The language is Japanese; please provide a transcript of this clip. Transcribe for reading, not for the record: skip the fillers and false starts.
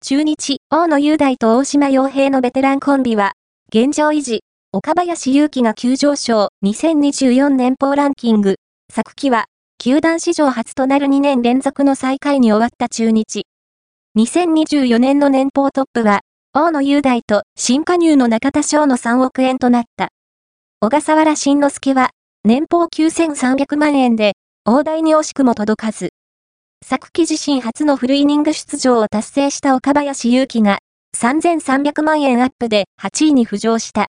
中日、大野雄大と大島洋平のベテランコンビは、現状維持。岡林勇希が急上昇。2024年俸ランキング。昨季は、球団史上初となる2年連続の最下位に終わった中日。2024年の年俸トップは、大野雄大と新加入の中田翔の3億円となった。小笠原慎之介は、年俸9300万円で、大台に惜しくも届かず。昨季自身初のフルイニング出場を達成した岡林勇希が、3300万円アップで8位に浮上した。